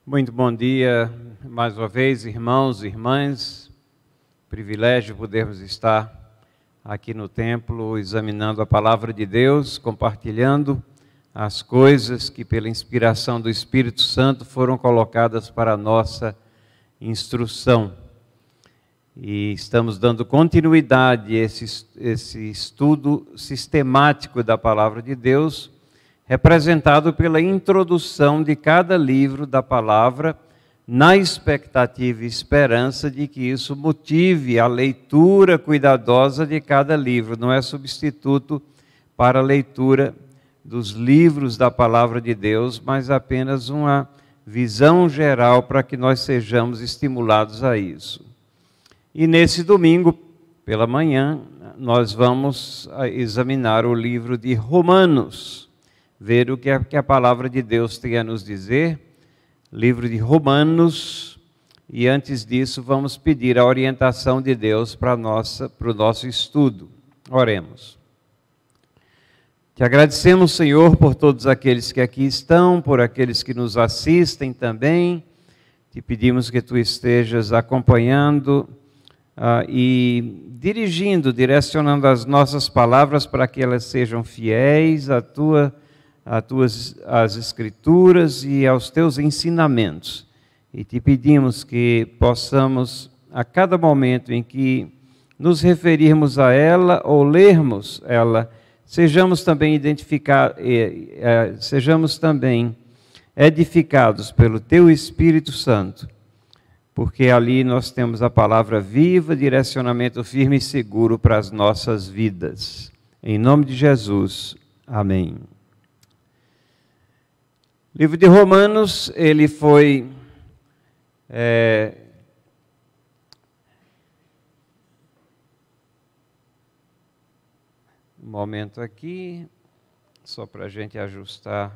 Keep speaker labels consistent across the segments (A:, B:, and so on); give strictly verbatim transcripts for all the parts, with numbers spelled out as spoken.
A: Muito bom dia, mais uma vez, irmãos e irmãs. Privilégio podermos estar aqui no templo, examinando a palavra de Deus, compartilhando as coisas que, pela inspiração do Espírito Santo, foram colocadas para a nossa instrução. E estamos dando continuidade a esse, esse estudo sistemático da palavra de Deus, representado pela introdução de cada livro da palavra, na expectativa e esperança de que isso motive a leitura cuidadosa de cada livro. Não é substituto para a leitura dos livros da palavra de Deus, mas apenas uma visão geral para que nós sejamos estimulados a isso. E nesse domingo, pela manhã, nós vamos examinar o livro de Romanos, ver o que a, que a palavra de Deus tem a nos dizer, livro de Romanos, e antes disso vamos pedir a orientação de Deus para nossa, para o nosso estudo. Oremos. Te agradecemos, Senhor, por todos aqueles que aqui estão, por aqueles que nos assistem também. Te pedimos que Tu estejas acompanhando uh, e dirigindo, direcionando as nossas palavras para que elas sejam fiéis à Tua as tuas as escrituras e aos teus ensinamentos. E te pedimos que possamos, a cada momento em que nos referirmos a ela ou lermos ela, sejamos também identificados, eh, sejamos também edificados pelo teu Espírito Santo, porque ali nós temos a palavra viva, direcionamento firme e seguro para as nossas vidas. Em nome de Jesus, amém. O livro de Romanos, ele foi é, um momento aqui, só para a gente ajustar.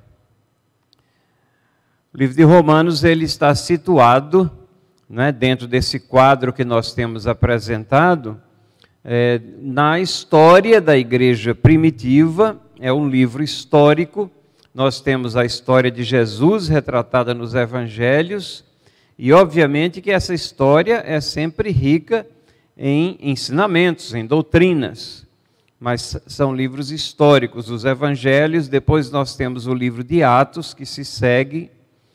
A: O livro de Romanos, ele está situado, né, dentro desse quadro que nós temos apresentado, é, na história da igreja primitiva. É um livro histórico. Nós temos a história de Jesus retratada nos evangelhos, e obviamente que essa história é sempre rica em ensinamentos, em doutrinas, mas são livros históricos, os evangelhos. Depois nós temos o livro de Atos, que se segue,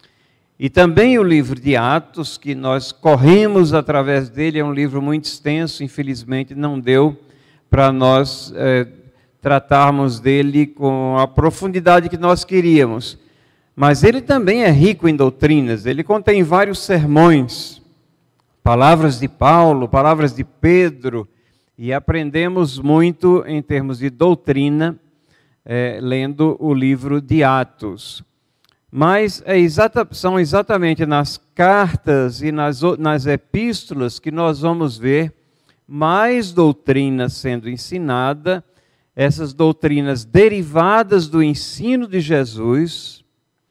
A: e também o livro de Atos, que nós corremos através dele. É um livro muito extenso, infelizmente não deu para nós é, tratarmos dele com a profundidade que nós queríamos. Mas ele também é rico em doutrinas, ele contém vários sermões, palavras de Paulo, palavras de Pedro, e aprendemos muito em termos de doutrina, é, lendo o livro de Atos. Mas é exata, são exatamente nas cartas e nas, nas epístolas que nós vamos ver mais doutrina sendo ensinada, essas doutrinas derivadas do ensino de Jesus,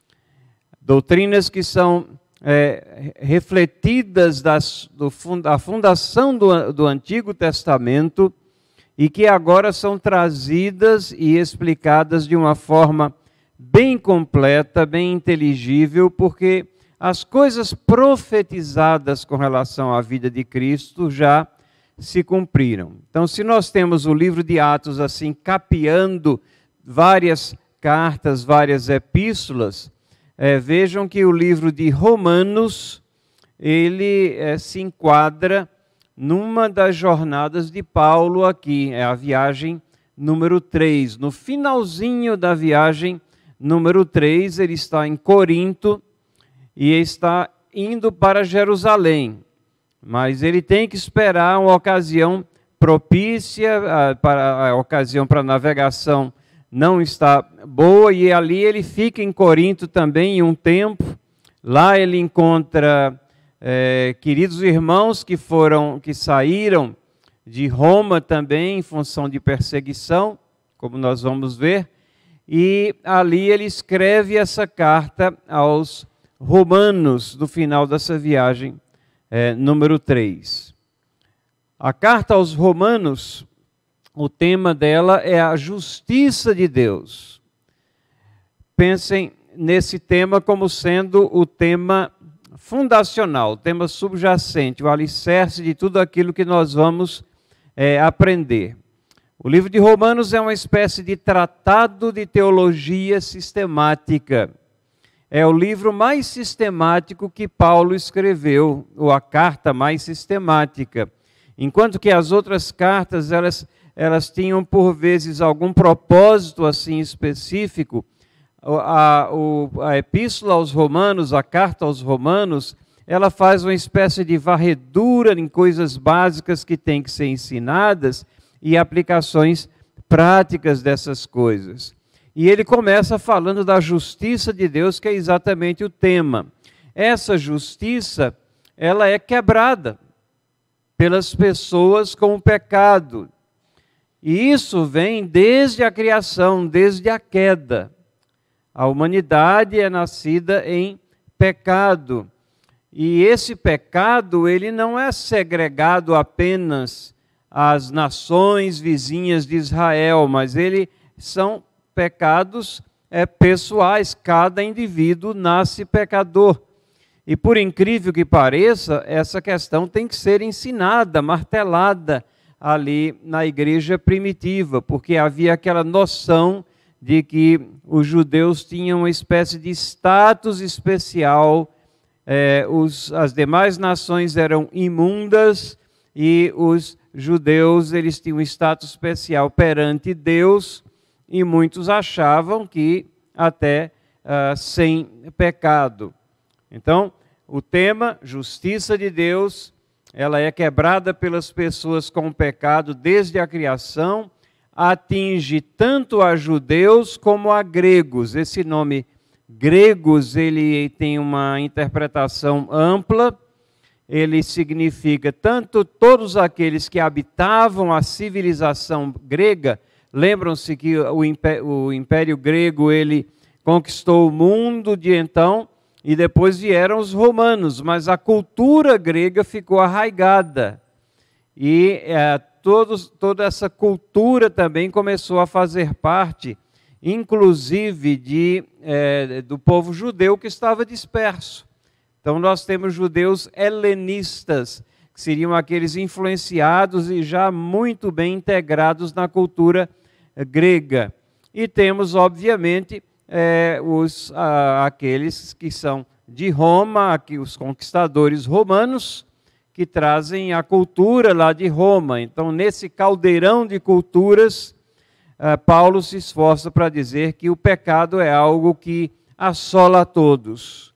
A: doutrinas que são é, refletidas das, do funda, da fundação do, do Antigo Testamento e que agora são trazidas e explicadas de uma forma bem completa, bem inteligível, porque as coisas profetizadas com relação à vida de Cristo já se cumpriram. Então, se nós temos o livro de Atos assim, capeando várias cartas, várias epístolas, é, vejam que o livro de Romanos, ele é, se enquadra numa das jornadas de Paulo aqui, é a viagem número três. No finalzinho da viagem número três, ele está em Corinto e está indo para Jerusalém. Mas ele tem que esperar uma ocasião propícia, para a ocasião para a navegação não está boa, e ali ele fica em Corinto também em um tempo. Lá ele encontra é, queridos irmãos que foram, que saíram de Roma também em função de perseguição, como nós vamos ver, e ali ele escreve essa carta aos romanos no final dessa viagem. É, número três. A carta aos Romanos, o tema dela é a justiça de Deus. Pensem nesse tema como sendo o tema fundacional, o tema subjacente, o alicerce de tudo aquilo que nós vamos é, aprender. O livro de Romanos é uma espécie de tratado de teologia sistemática. É o livro mais sistemático que Paulo escreveu, ou a carta mais sistemática. Enquanto que as outras cartas, elas, elas tinham por vezes algum propósito assim específico, a, a, a epístola aos Romanos, a carta aos Romanos, ela faz uma espécie de varredura em coisas básicas que têm que ser ensinadas e aplicações práticas dessas coisas. E ele começa falando da justiça de Deus, que é exatamente o tema. Essa justiça, ela é quebrada pelas pessoas com o pecado. E isso vem desde a criação, desde a queda. A humanidade é nascida em pecado. E esse pecado, ele não é segregado apenas às nações vizinhas de Israel, mas ele são pecados é, pessoais. Cada indivíduo nasce pecador. E por incrível que pareça, essa questão tem que ser ensinada, martelada ali na igreja primitiva, porque havia aquela noção de que os judeus tinham uma espécie de status especial, é, os, as demais nações eram imundas e os judeus eles tinham um status especial perante Deus, e muitos achavam que até uh, sem pecado. Então, o tema, justiça de Deus, ela é quebrada pelas pessoas com o pecado desde a criação, atinge tanto a judeus como a gregos. Esse nome gregos, ele tem uma interpretação ampla, ele significa tanto todos aqueles que habitavam a civilização grega. Lembram-se que o império, o Império Grego ele conquistou o mundo de então, e depois vieram os romanos, mas a cultura grega ficou arraigada. E é, todos, toda essa cultura também começou a fazer parte, inclusive de, é, do povo judeu que estava disperso. Então nós temos judeus helenistas, que seriam aqueles influenciados e já muito bem integrados na cultura grega. E temos, obviamente, é, os, a, aqueles que são de Roma, aqui, os conquistadores romanos, que trazem a cultura lá de Roma. Então, nesse caldeirão de culturas, uh, Paulo se esforça para dizer que o pecado é algo que assola a todos.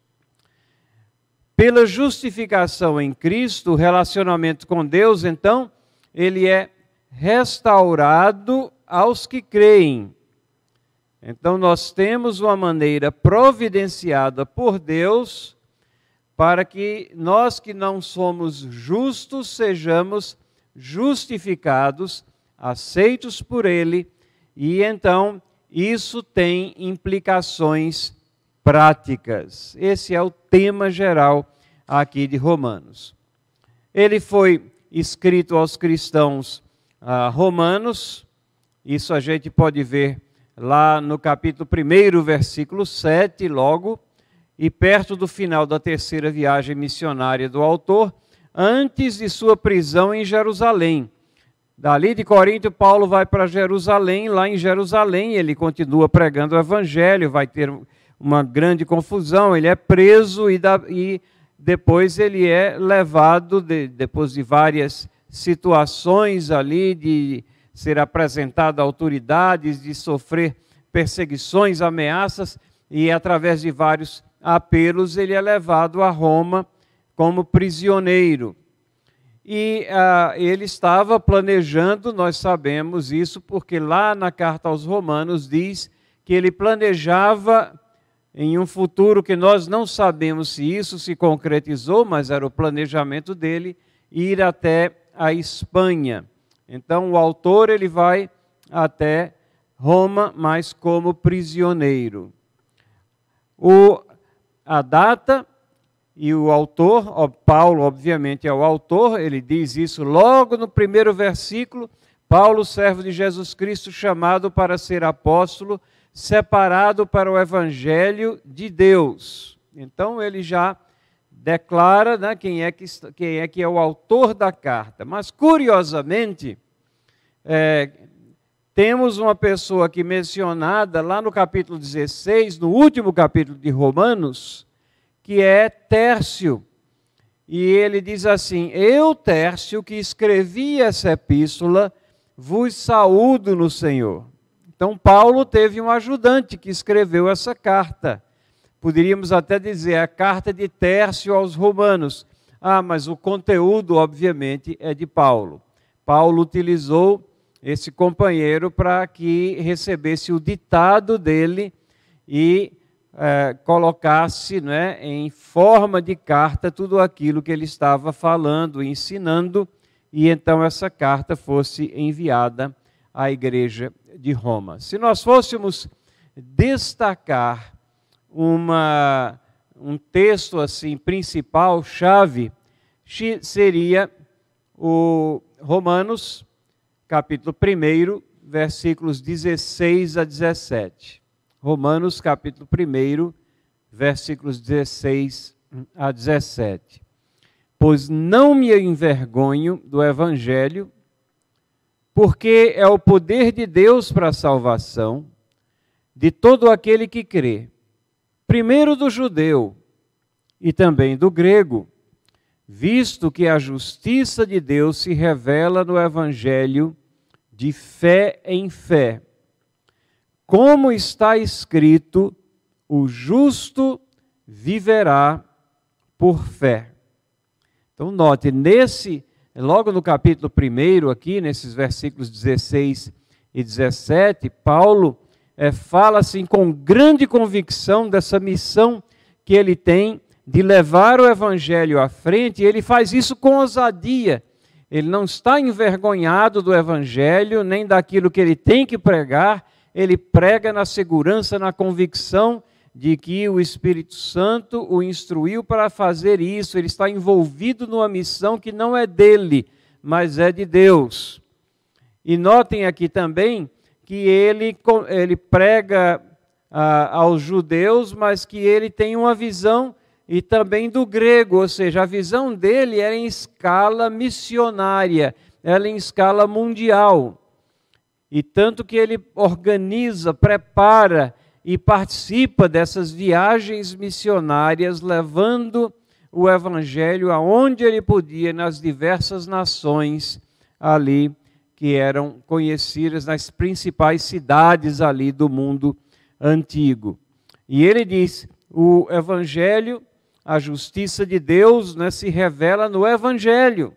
A: Pela justificação em Cristo, o relacionamento com Deus, então, ele é restaurado aos que creem. Então, nós temos uma maneira providenciada por Deus para que nós que não somos justos sejamos justificados, aceitos por Ele, e então isso tem implicações práticas. Esse é o tema geral aqui de Romanos. Ele foi escrito aos cristãos ah, romanos, isso a gente pode ver lá no capítulo primeiro, versículo sete, logo, e perto do final da terceira viagem missionária do autor, antes de sua prisão em Jerusalém. Dali de Corinto, Paulo vai para Jerusalém. Lá em Jerusalém ele continua pregando o evangelho, vai ter uma grande confusão, ele é preso e, da, e depois ele é levado, de, depois de várias situações ali, de ser apresentado a autoridades, de sofrer perseguições, ameaças, e através de vários apelos ele é levado a Roma como prisioneiro. E ah, ele estava planejando, nós sabemos isso, porque lá na carta aos Romanos diz que ele planejava em um futuro que nós não sabemos se isso se concretizou, mas era o planejamento dele, ir até a Espanha. Então o autor ele vai até Roma, mas como prisioneiro. O, a data e o autor, ó, Paulo obviamente é o autor, ele diz isso logo no primeiro versículo, Paulo, servo de Jesus Cristo, chamado para ser apóstolo, separado para o evangelho de Deus. Então ele já declara, né, quem, é que, quem é que é o autor da carta. Mas, curiosamente, é, temos uma pessoa aqui mencionada lá no capítulo dezesseis, no último capítulo de Romanos, que é Tércio. E ele diz assim: eu, Tércio, que escrevi essa epístola, vos saúdo no Senhor. Então, Paulo teve um ajudante que escreveu essa carta. Poderíamos até dizer a carta de Tércio aos romanos. Ah, mas o conteúdo, obviamente, é de Paulo. Paulo utilizou esse companheiro para que recebesse o ditado dele e eh, colocasse, né, em forma de carta tudo aquilo que ele estava falando, ensinando, e então essa carta fosse enviada à igreja de Roma. Se nós fôssemos destacar uma, um texto assim principal, chave, seria o Romanos, capítulo um, versículos dezesseis a dezessete. Romanos, capítulo um, versículos dezesseis a dezessete. Pois não me envergonho do evangelho, porque é o poder de Deus para a salvação de todo aquele que crê, primeiro do judeu e também do grego, visto que a justiça de Deus se revela no evangelho de fé em fé. Como está escrito, o justo viverá por fé. Então note, nesse, logo no capítulo um aqui, nesses versículos dezesseis e dezessete, Paulo é, fala assim com grande convicção dessa missão que ele tem de levar o evangelho à frente, e ele faz isso com ousadia. Ele não está envergonhado do evangelho, nem daquilo que ele tem que pregar, ele prega na segurança, na convicção de que o Espírito Santo o instruiu para fazer isso. Ele está envolvido numa missão que não é dele, mas é de Deus. E notem aqui também que ele, ele prega ah, aos judeus, mas que ele tem uma visão e também do grego, ou seja, a visão dele era em escala missionária, ela em escala mundial. E tanto que ele organiza, prepara e participa dessas viagens missionárias, levando o evangelho aonde ele podia, nas diversas nações ali que eram conhecidas, nas principais cidades ali do mundo antigo. E ele diz, o evangelho, a justiça de Deus, né, se revela no evangelho.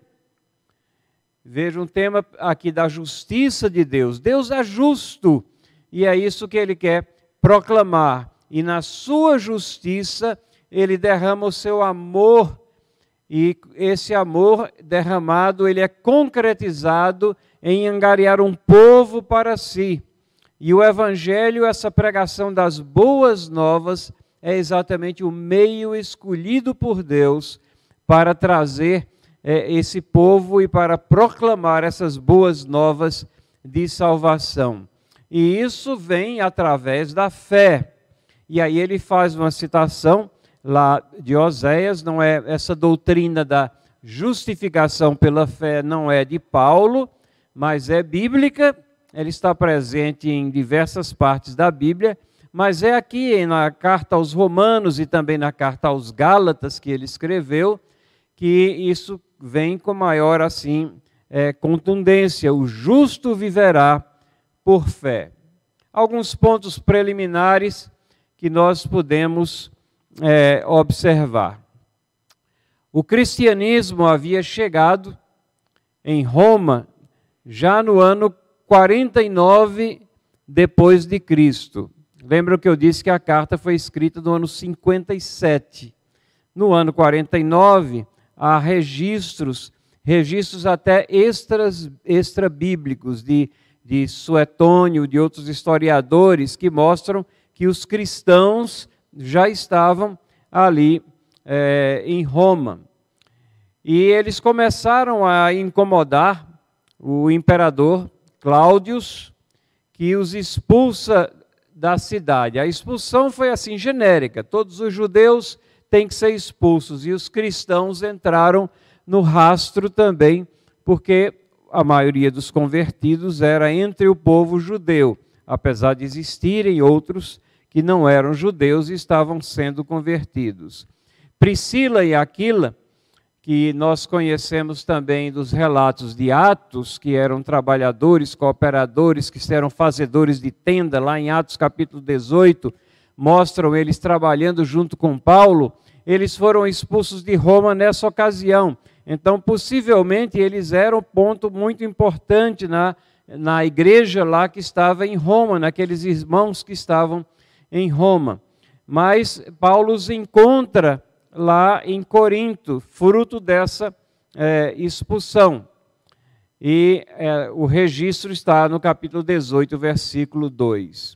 A: Veja um tema aqui da justiça de Deus. Deus é justo e é isso que ele quer proclamar. E na sua justiça ele derrama o seu amor, e esse amor derramado ele é concretizado em angariar um povo para si. E o evangelho, essa pregação das boas novas, é exatamente o meio escolhido por Deus para trazer é, esse povo e para proclamar essas boas novas de salvação. E isso vem através da fé. E aí ele faz uma citação lá de Oséias, não é essa doutrina da justificação pela fé, não é de Paulo, mas é bíblica. Ele está presente em diversas partes da Bíblia, mas é aqui na carta aos Romanos e também na carta aos Gálatas que ele escreveu, que isso vem com maior assim é, contundência. O justo viverá por fé. Alguns pontos preliminares que nós podemos é, observar. O cristianismo havia chegado em Roma já no ano quarenta e nove depois de Cristo. Lembram que eu disse que a carta foi escrita no ano cinquenta e sete. No ano quarenta e nove, há registros, registros até extras, extra-bíblicos de, de Suetônio, de outros historiadores, que mostram que os cristãos já estavam ali é, em Roma. E eles começaram a incomodar o imperador Cláudios, que os expulsa da cidade. A expulsão foi assim genérica. Todos os judeus têm que ser expulsos. E os cristãos entraram no rastro também, porque a maioria dos convertidos era entre o povo judeu, apesar de existirem outros que não eram judeus e estavam sendo convertidos. Priscila e Aquila, que nós conhecemos também dos relatos de Atos, que eram trabalhadores, cooperadores, que eram fazedores de tenda, lá em Atos capítulo dezoito, mostram eles trabalhando junto com Paulo. Eles foram expulsos de Roma nessa ocasião. Então, possivelmente, eles eram um ponto muito importante na, na igreja lá que estava em Roma, naqueles irmãos que estavam em Roma. Mas Paulo os encontra lá em Corinto, fruto dessa é, expulsão. E é, o registro está no capítulo dezoito, versículo dois.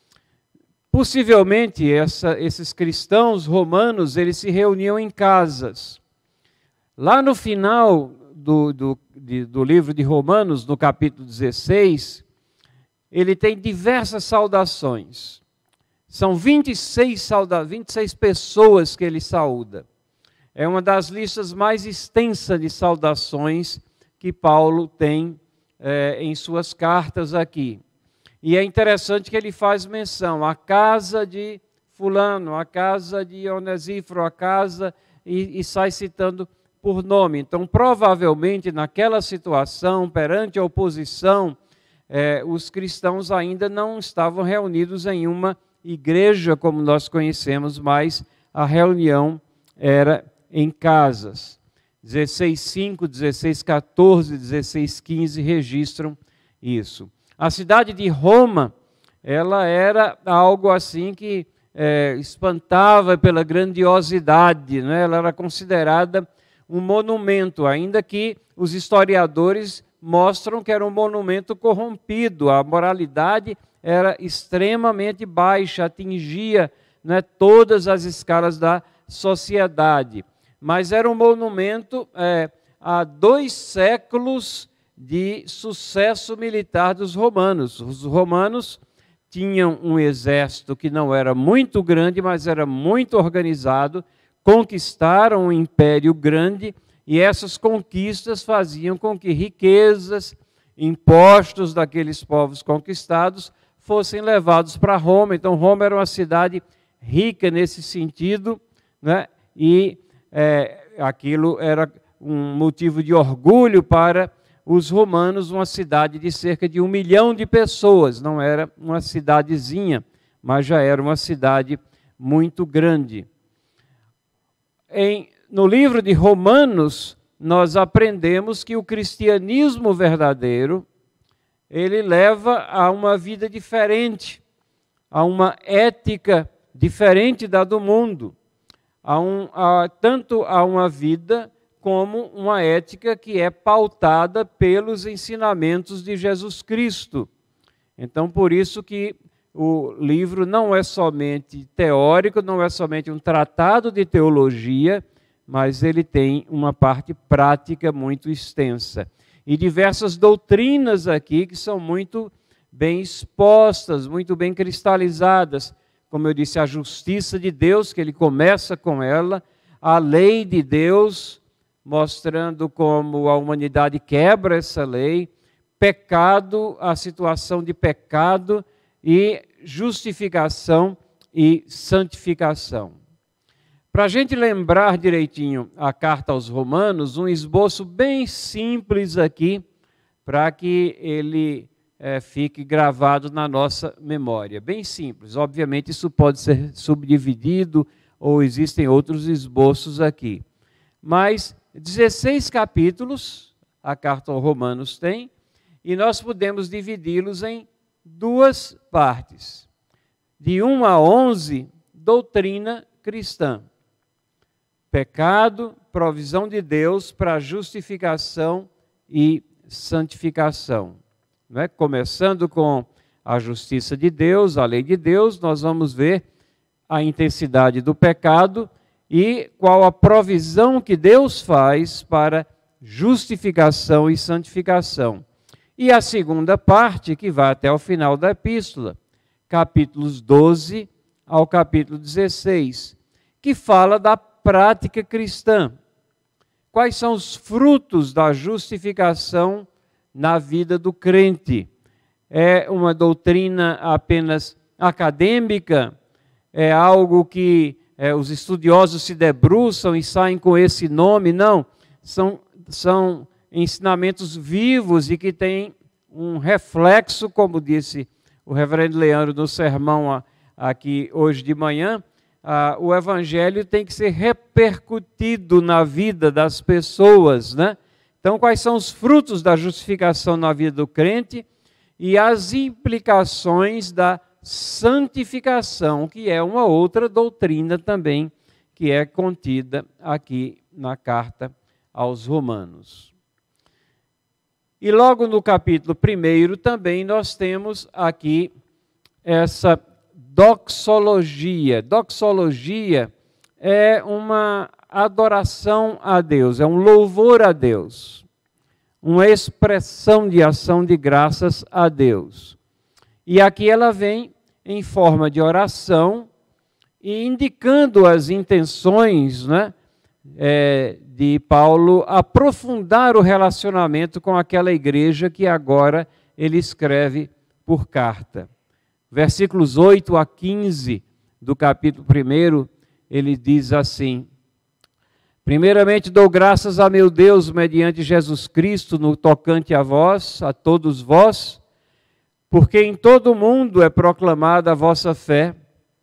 A: Possivelmente, essa, esses cristãos romanos, eles se reuniam em casas. Lá no final do, do, de, do livro de Romanos, no capítulo dezesseis, ele tem diversas saudações. São vinte e seis, sauda, vinte e seis pessoas que ele saúda. É uma das listas mais extensas de saudações que Paulo tem é, em suas cartas aqui. E é interessante que ele faz menção à casa de fulano, à casa de Onesíforo, à casa, e, e sai citando por nome. Então, provavelmente, naquela situação, perante a oposição, é, os cristãos ainda não estavam reunidos em uma igreja como nós conhecemos, mas a reunião era em casas. dezesseis, cinco, dezesseis, quatorze, dezesseis, quinze registram isso. A cidade de Roma, ela era algo assim que é, espantava pela grandiosidade, né? Ela era considerada um monumento, ainda que os historiadores mostram que era um monumento corrompido, a moralidade era extremamente baixa, atingia, né, todas as escalas da sociedade. Mas era um monumento é, a dois séculos de sucesso militar dos romanos. Os romanos tinham um exército que não era muito grande, mas era muito organizado, conquistaram um império grande, e essas conquistas faziam com que riquezas, impostos daqueles povos conquistados fossem levados para Roma. Então, Roma era uma cidade rica nesse sentido, né? E é, aquilo era um motivo de orgulho para os romanos, uma cidade de cerca de um milhão de pessoas. Não era uma cidadezinha, mas já era uma cidade muito grande. Em, no livro de Romanos, nós aprendemos que o cristianismo verdadeiro, ele leva a uma vida diferente, a uma ética diferente da do mundo, a um, a, tanto a uma vida como uma ética que é pautada pelos ensinamentos de Jesus Cristo. Então, por isso que o livro não é somente teórico, não é somente um tratado de teologia, mas ele tem uma parte prática muito extensa. E diversas doutrinas aqui que são muito bem expostas, muito bem cristalizadas. Como eu disse, a justiça de Deus, que ele começa com ela, a lei de Deus, mostrando como a humanidade quebra essa lei, pecado, a situação de pecado e justificação e santificação. Para a gente lembrar direitinho a carta aos Romanos, um esboço bem simples aqui, para que ele é, fique gravado na nossa memória. Bem simples. Obviamente isso pode ser subdividido ou existem outros esboços aqui. Mas dezesseis capítulos a carta aos Romanos tem, e nós podemos dividi-los em duas partes. De um a onze, doutrina cristã. Pecado, provisão de Deus para justificação e santificação. Não é? Começando com a justiça de Deus, a lei de Deus, nós vamos ver a intensidade do pecado e qual a provisão que Deus faz para justificação e santificação. E a segunda parte, que vai até o final da epístola, capítulos doze ao capítulo dezesseis, que fala da prática cristã. Quais são os frutos da justificação na vida do crente? É uma doutrina apenas acadêmica? É algo que é, os estudiosos se debruçam e saem com esse nome? Não, são, são ensinamentos vivos e que têm um reflexo, como disse o reverendo Leandro no sermão aqui hoje de manhã. Ah, o evangelho tem que ser repercutido na vida das pessoas, né? Então, quais são os frutos da justificação na vida do crente e as implicações da santificação, que é uma outra doutrina também que é contida aqui na carta aos Romanos. E logo no capítulo primeiro também nós temos aqui essa doxologia. Doxologia é uma adoração a Deus, é um louvor a Deus, uma expressão de ação de graças a Deus. E aqui ela vem em forma de oração e indicando as intenções, né, é, de Paulo aprofundar o relacionamento com aquela igreja que agora ele escreve por carta. Versículos oito a quinze do capítulo primeiro, ele diz assim: primeiramente dou graças a meu Deus mediante Jesus Cristo no tocante a vós, a todos vós, porque em todo o mundo é proclamada a vossa fé,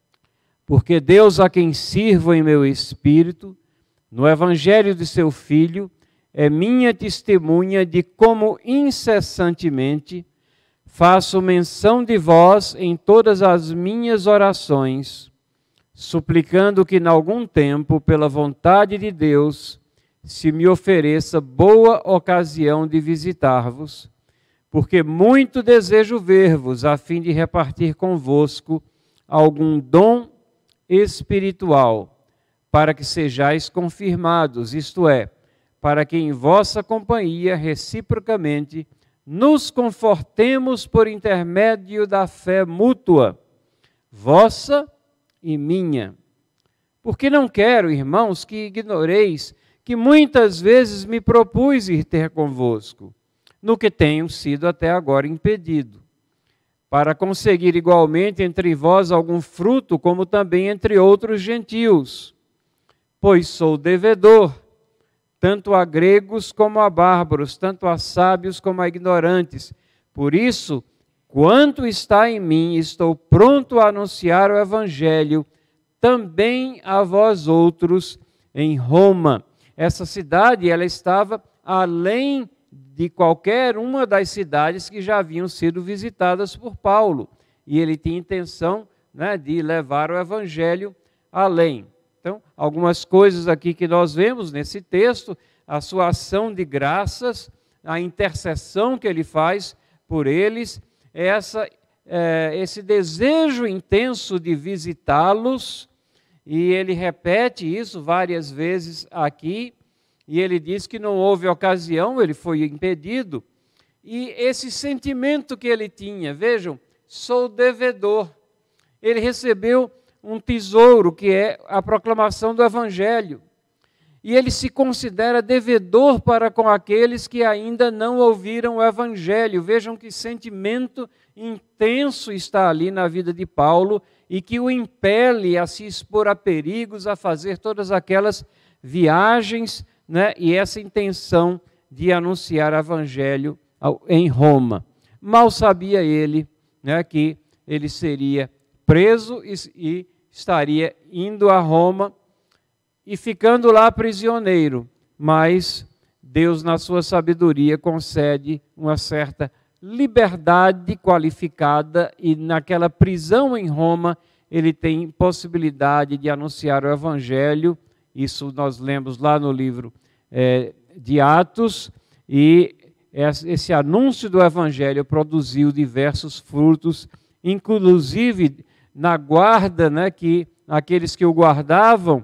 A: porque Deus a quem sirvo em meu espírito, no evangelho de seu Filho, é minha testemunha de como incessantemente faço menção de vós em todas as minhas orações, suplicando que, em algum tempo, pela vontade de Deus, se me ofereça boa ocasião de visitar-vos, porque muito desejo ver-vos, a fim de repartir convosco algum dom espiritual, para que sejais confirmados, isto é, para que em vossa companhia, reciprocamente, nos confortemos por intermédio da fé mútua, vossa e minha. Porque não quero, irmãos, que ignoreis que muitas vezes me propus ir ter convosco, no que tenho sido até agora impedido, para conseguir igualmente entre vós algum fruto, como também entre outros gentios, pois sou devedor, tanto a gregos como a bárbaros, tanto a sábios como a ignorantes. Por isso, quanto está em mim, estou pronto a anunciar o evangelho também a vós outros em Roma. Essa cidade, ela estava além de qualquer uma das cidades que já haviam sido visitadas por Paulo. E ele tinha intenção, né, de levar o evangelho além. Então, algumas coisas aqui que nós vemos nesse texto, a sua ação de graças, a intercessão que ele faz por eles, essa, é, esse desejo intenso de visitá-los, e ele repete isso várias vezes aqui, e ele diz que não houve ocasião, ele foi impedido, e esse sentimento que ele tinha, vejam, sou devedor, ele recebeu um tesouro que é a proclamação do evangelho, e ele se considera devedor para com aqueles que ainda não ouviram o evangelho. Vejam que sentimento intenso está ali na vida de Paulo e que o impele a se expor a perigos, a fazer todas aquelas viagens, né, e essa intenção de anunciar o evangelho em Roma. Mal sabia ele, né, que ele seria preso e, e estaria indo a Roma e ficando lá prisioneiro, mas Deus, na sua sabedoria, concede uma certa liberdade qualificada e naquela prisão em Roma ele tem possibilidade de anunciar o evangelho. Isso nós lemos lá no livro é, de Atos, e esse anúncio do evangelho produziu diversos frutos, inclusive na guarda, né, que aqueles que o guardavam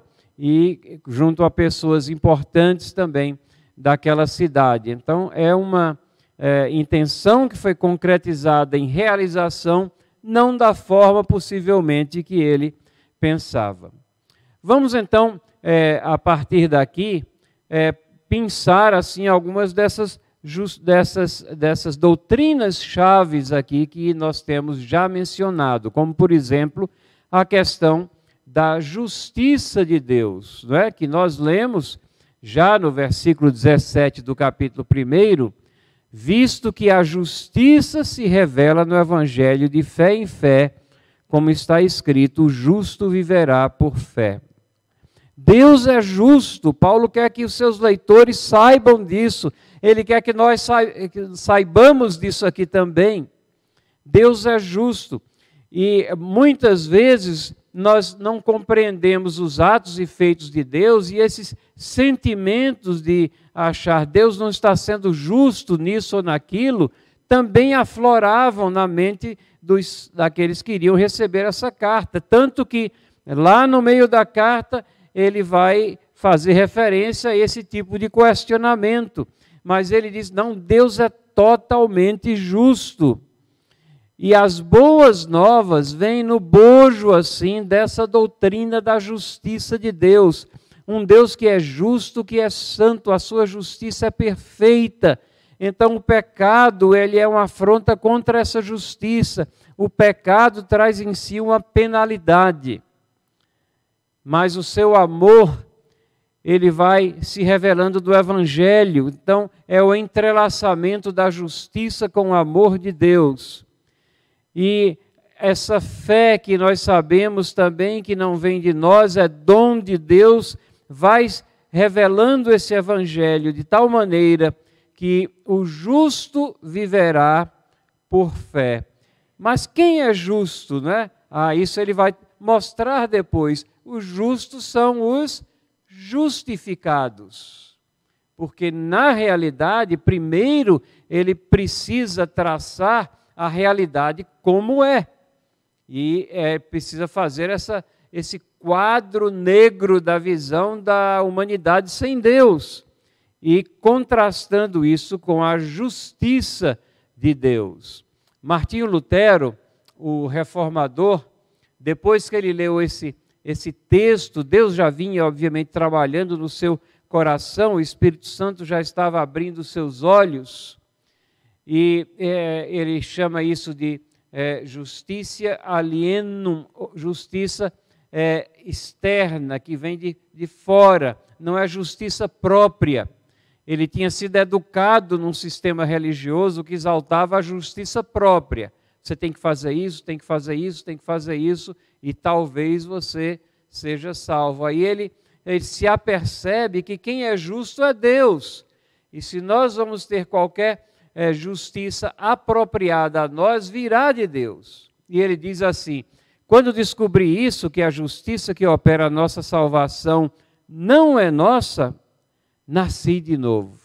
A: e junto a pessoas importantes também daquela cidade. Então, é uma é, intenção que foi concretizada em realização, não da forma possivelmente que ele pensava. Vamos então, é, a partir daqui, é, pensar assim algumas dessas, just, dessas, dessas doutrinas chaves aqui que nós temos já mencionado, como por exemplo a questão da justiça de Deus, não é? Que nós lemos já no versículo dezessete do capítulo primeiro, visto que a justiça se revela no Evangelho de fé em fé, como está escrito, o justo viverá por fé. Deus é justo, Paulo quer que os seus leitores saibam disso, ele quer que nós saibamos disso aqui também. Deus é justo, e muitas vezes nós não compreendemos os atos e feitos de Deus, e esses sentimentos de achar Deus não está sendo justo nisso ou naquilo, também afloravam na mente dos, daqueles que iriam receber essa carta. Tanto que lá no meio da carta ele vai fazer referência a esse tipo de questionamento. Mas ele diz, não, Deus é totalmente justo. E as boas novas vêm no bojo, assim, dessa doutrina da justiça de Deus. Um Deus que é justo, que é santo, a sua justiça é perfeita. Então o pecado, ele é uma afronta contra essa justiça. O pecado traz em si uma penalidade. Mas o seu amor, ele vai se revelando do Evangelho. Então é o entrelaçamento da justiça com o amor de Deus. E essa fé que nós sabemos também que não vem de nós, é dom de Deus, vai revelando esse Evangelho de tal maneira que o justo viverá por fé. Mas quem é justo, né? Ah, isso ele vai mostrar depois. Os justos são os justificados. Porque na realidade, primeiro ele precisa traçar a realidade como é. E é, precisa fazer essa, esse quadro negro da visão da humanidade sem Deus. E contrastando isso com a justiça de Deus. Martinho Lutero, o reformador, depois que ele leu esse, esse texto, Deus já vinha, obviamente, trabalhando no seu coração, o Espírito Santo já estava abrindo os seus olhos. E é, ele chama isso de é, justiça alienum, justiça é, externa, que vem de, de fora, não é justiça própria. Ele tinha sido educado num sistema religioso que exaltava a justiça própria. Você tem que fazer isso, tem que fazer isso, tem que fazer isso, e talvez você seja salvo. Aí ele, ele se apercebe que quem é justo é Deus. E se nós vamos ter qualquer É, justiça apropriada a nós, virá de Deus. E ele diz assim, quando descobri isso, que a justiça que opera a nossa salvação não é nossa, nasci de novo,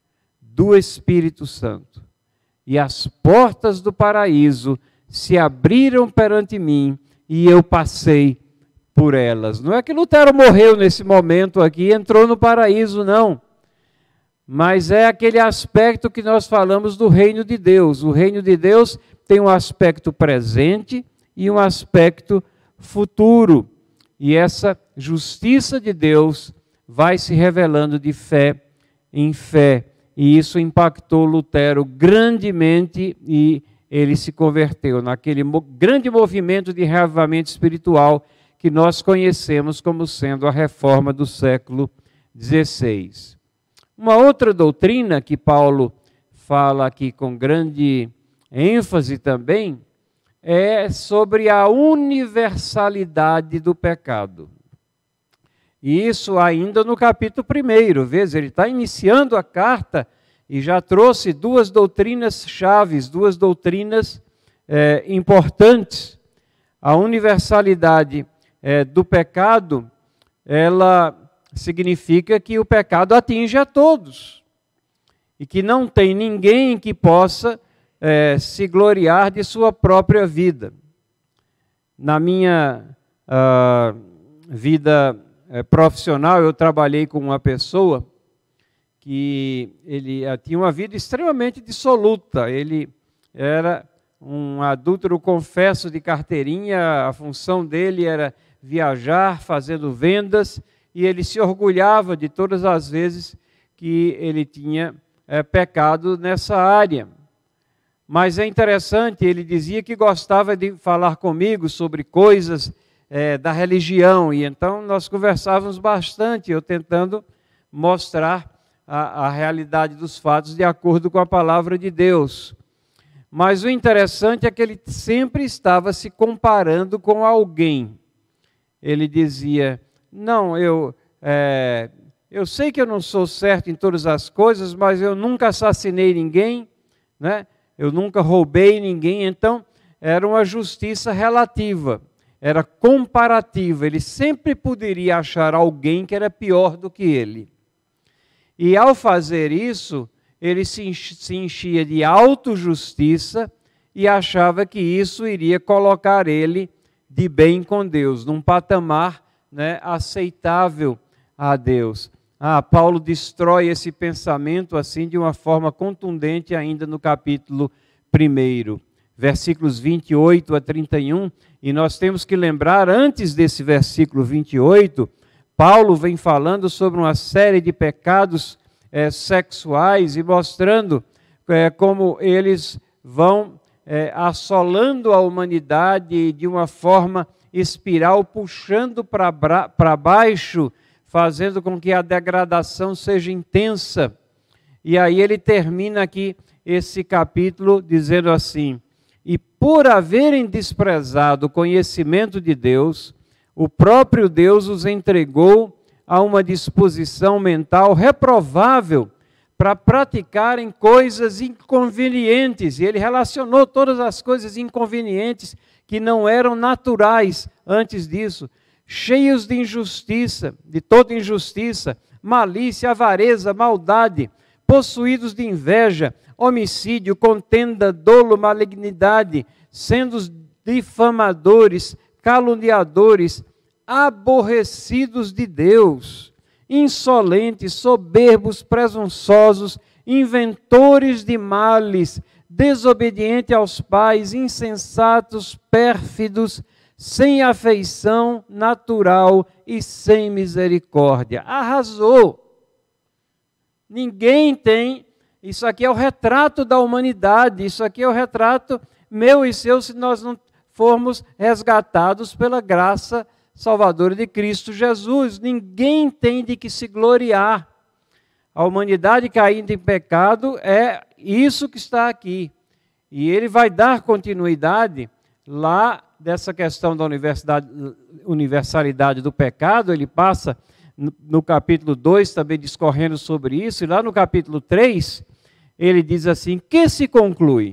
A: do Espírito Santo. E as portas do paraíso se abriram perante mim, e eu passei por elas. Não é que Lutero morreu nesse momento aqui e entrou no paraíso, não. Mas é aquele aspecto que nós falamos do reino de Deus. O reino de Deus tem um aspecto presente e um aspecto futuro. E essa justiça de Deus vai se revelando de fé em fé. E isso impactou Lutero grandemente e ele se converteu naquele grande movimento de reavivamento espiritual que nós conhecemos como sendo a reforma do século dezesseis. Uma outra doutrina que Paulo fala aqui com grande ênfase também é sobre a universalidade do pecado. E isso ainda no capítulo primeiro, veja, ele está iniciando a carta e já trouxe duas doutrinas chaves, duas doutrinas é, importantes. A universalidade é, do pecado, ela significa que o pecado atinge a todos e que não tem ninguém que possa é, se gloriar de sua própria vida. Na minha uh, vida é, profissional, eu trabalhei com uma pessoa que ele uh, tinha uma vida extremamente dissoluta. Ele era um adúltero confesso de carteirinha, a função dele era viajar, fazendo vendas, e ele se orgulhava de todas as vezes que ele tinha é, pecado nessa área. Mas é interessante, ele dizia que gostava de falar comigo sobre coisas é, da religião, e então nós conversávamos bastante, eu tentando mostrar a, a realidade dos fatos de acordo com a palavra de Deus. Mas o interessante é que ele sempre estava se comparando com alguém. Ele dizia, não, eu, é, eu sei que eu não sou certo em todas as coisas, mas eu nunca assassinei ninguém, né? Eu nunca roubei ninguém, então era uma justiça relativa, era comparativa. Ele sempre poderia achar alguém que era pior do que ele. E ao fazer isso, ele se enchia de autojustiça e achava que isso iria colocar ele de bem com Deus, num patamar, né, aceitável a Deus. Ah, Paulo destrói esse pensamento assim de uma forma contundente ainda no capítulo primeiro, versículos vinte e oito a trinta e um, e nós temos que lembrar, antes desse versículo vinte e oito, Paulo vem falando sobre uma série de pecados É, sexuais e mostrando é, como eles vão é, assolando a humanidade de uma forma espiral, puxando para baixo, fazendo com que a degradação seja intensa. E aí ele termina aqui esse capítulo dizendo assim, e por haverem desprezado o conhecimento de Deus, o próprio Deus os entregou a uma disposição mental reprovável para praticarem coisas inconvenientes. E ele relacionou todas as coisas inconvenientes que não eram naturais antes disso, cheios de injustiça, de toda injustiça, malícia, avareza, maldade, possuídos de inveja, homicídio, contenda, dolo, malignidade, sendo difamadores, caluniadores, aborrecidos de Deus, insolentes, soberbos, presunçosos, inventores de males, desobedientes aos pais, insensatos, pérfidos, sem afeição natural e sem misericórdia. Arrasou. Ninguém tem. Isso aqui é o retrato da humanidade, isso aqui é o retrato meu e seu, se nós não formos resgatados pela graça salvadora de Cristo Jesus. Ninguém tem de que se gloriar. A humanidade caindo em pecado é isso que está aqui. E ele vai dar continuidade lá dessa questão da universalidade do pecado. Ele passa no, no capítulo dois também discorrendo sobre isso. E lá no capítulo três, ele diz assim, que se conclui?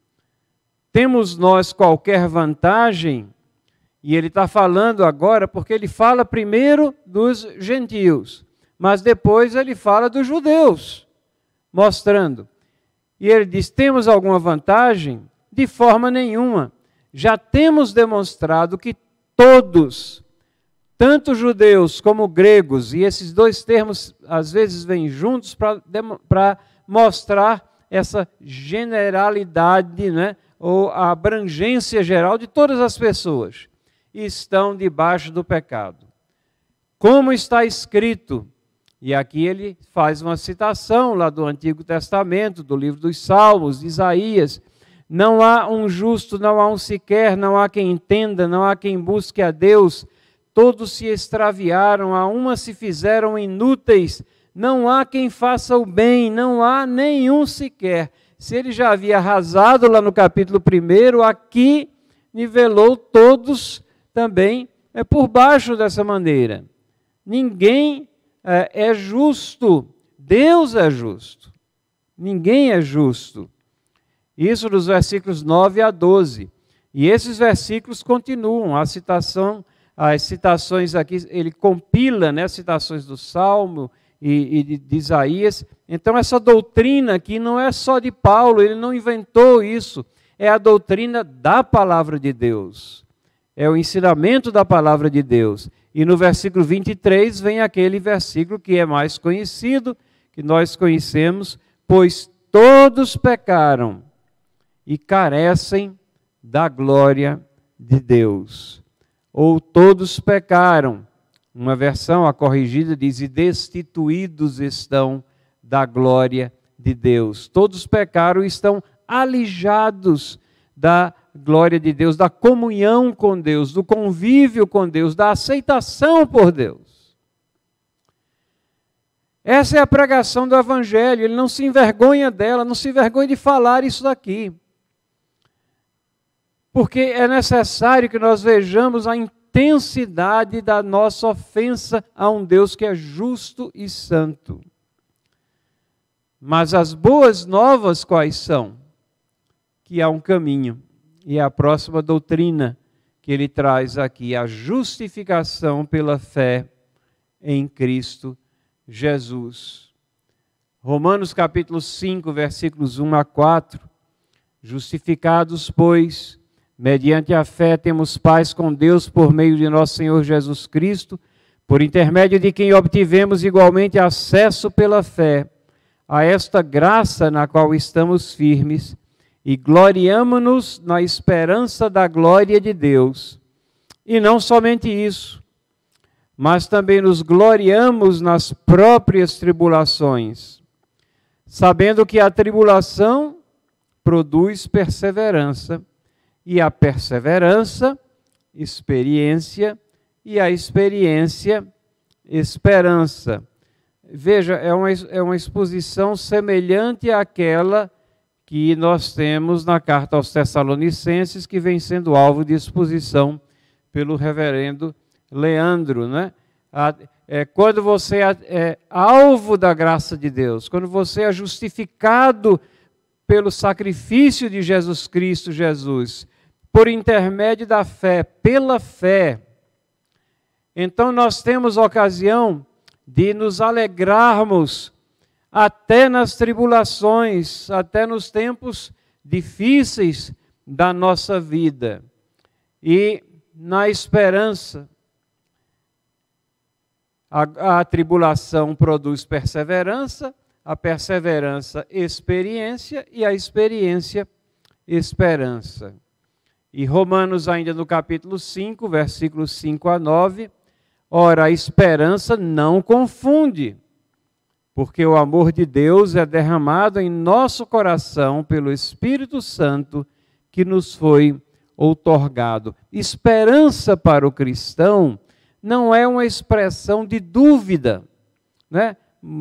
A: Temos nós qualquer vantagem? E ele está falando agora, porque ele fala primeiro dos gentios, mas depois ele fala dos judeus, mostrando. E ele diz, temos alguma vantagem? De forma nenhuma. Já temos demonstrado que todos, tanto judeus como gregos, e esses dois termos às vezes vêm juntos para mostrar essa generalidade, né, ou a abrangência geral de todas as pessoas, estão debaixo do pecado. Como está escrito, e aqui ele faz uma citação lá do Antigo Testamento, do livro dos Salmos, de Isaías, não há um justo, não há um sequer, não há quem entenda, não há quem busque a Deus, todos se extraviaram, a uma se fizeram inúteis, não há quem faça o bem, não há nenhum sequer. Se ele já havia arrasado lá no capítulo primeiro, aqui nivelou todos também é por baixo dessa maneira. Ninguém é, é justo, Deus é justo. Ninguém é justo. Isso nos versículos nove a doze. E esses versículos continuam, a citação, as citações aqui, ele compila, né, as citações do Salmo e, e de, de Isaías. Então essa doutrina aqui não é só de Paulo, ele não inventou isso, é a doutrina da palavra de Deus. É o ensinamento da palavra de Deus. E no versículo vinte e três vem aquele versículo que é mais conhecido, que nós conhecemos, pois todos pecaram e carecem da glória de Deus. ou todos pecaram. Uma versão, a corrigida, diz: e destituídos estão da glória de Deus. Todos pecaram e estão alijados da glória de Deus, da comunhão com Deus, do convívio com Deus, da aceitação por Deus. Essa é a pregação do Evangelho. Ele não se envergonha dela, não se envergonha de falar isso daqui. Porque é necessário que nós vejamos a intensidade da nossa ofensa a um Deus que é justo e santo. Mas as boas novas quais são? Que há um caminho, e é a próxima doutrina que ele traz aqui, a justificação pela fé em Cristo Jesus. Romanos capítulo cinco, versículos um a quatro. Justificados, pois, mediante a fé temos paz com Deus por meio de nosso Senhor Jesus Cristo, por intermédio de quem obtivemos igualmente acesso pela fé a esta graça na qual estamos firmes e gloriamo-nos na esperança da glória de Deus. E não somente isso, mas também nos gloriamos nas próprias tribulações, sabendo que a tribulação produz perseverança, e a perseverança, experiência, e a experiência, esperança. Veja, é uma, é uma exposição semelhante àquela que nós temos na carta aos Tessalonicenses, que vem sendo alvo de exposição pelo reverendo Leandro, né? É, quando você é, é alvo da graça de Deus, quando você é justificado pelo sacrifício de Jesus Cristo Jesus, por intermédio da fé, pela fé, então nós temos ocasião de nos alegrarmos até nas tribulações, até nos tempos difíceis da nossa vida. E na esperança, a, a tribulação produz perseverança, a perseverança, experiência, e a experiência, esperança. E Romanos, ainda no capítulo cinco, versículos cinco a nove, ora, a esperança não confunde, porque o amor de Deus é derramado em nosso coração pelo Espírito Santo que nos foi outorgado. Esperança para o cristão não é uma expressão de dúvida, né?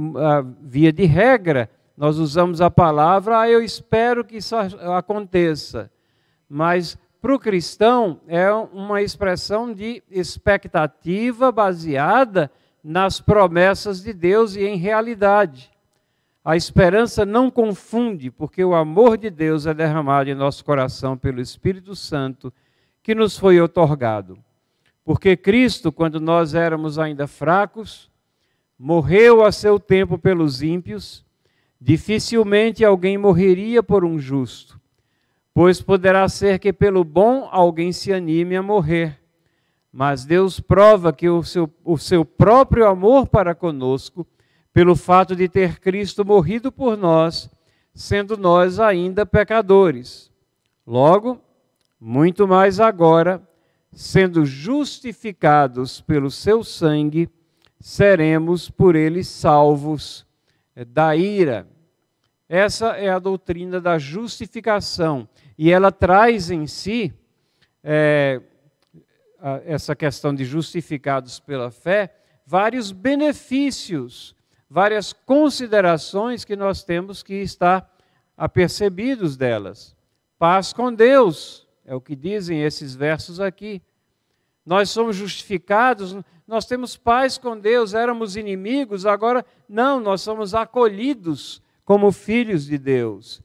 A: Via de regra, nós usamos a palavra, ah, eu espero que isso aconteça. Mas para o cristão é uma expressão de expectativa baseada nas promessas de Deus e em realidade. A esperança não confunde, porque o amor de Deus é derramado em nosso coração pelo Espírito Santo que nos foi outorgado. Porque Cristo, quando nós éramos ainda fracos, morreu a seu tempo pelos ímpios. Dificilmente alguém morreria por um justo, pois poderá ser que pelo bom alguém se anime a morrer. Mas Deus prova que o seu, o seu próprio amor para conosco, pelo fato de ter Cristo morrido por nós, sendo nós ainda pecadores. Logo, muito mais agora, sendo justificados pelo seu sangue, seremos por ele salvos da ira. Essa é a doutrina da justificação. E ela traz em si, é, essa questão de justificados pela fé, vários benefícios, várias considerações que nós temos que estar apercebidos delas. Paz com Deus, é o que dizem esses versos aqui. Nós somos justificados, nós temos paz com Deus, éramos inimigos, agora não, nós somos acolhidos como filhos de Deus.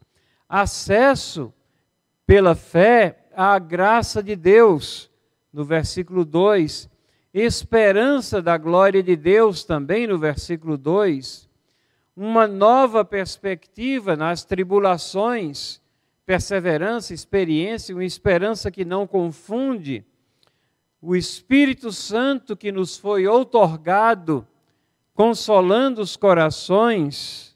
A: Acesso pela fé à graça de Deus, no versículo dois. Esperança da glória de Deus, também no versículo dois. Uma nova perspectiva nas tribulações, perseverança, experiência, uma esperança que não confunde. O Espírito Santo que nos foi outorgado, consolando os corações,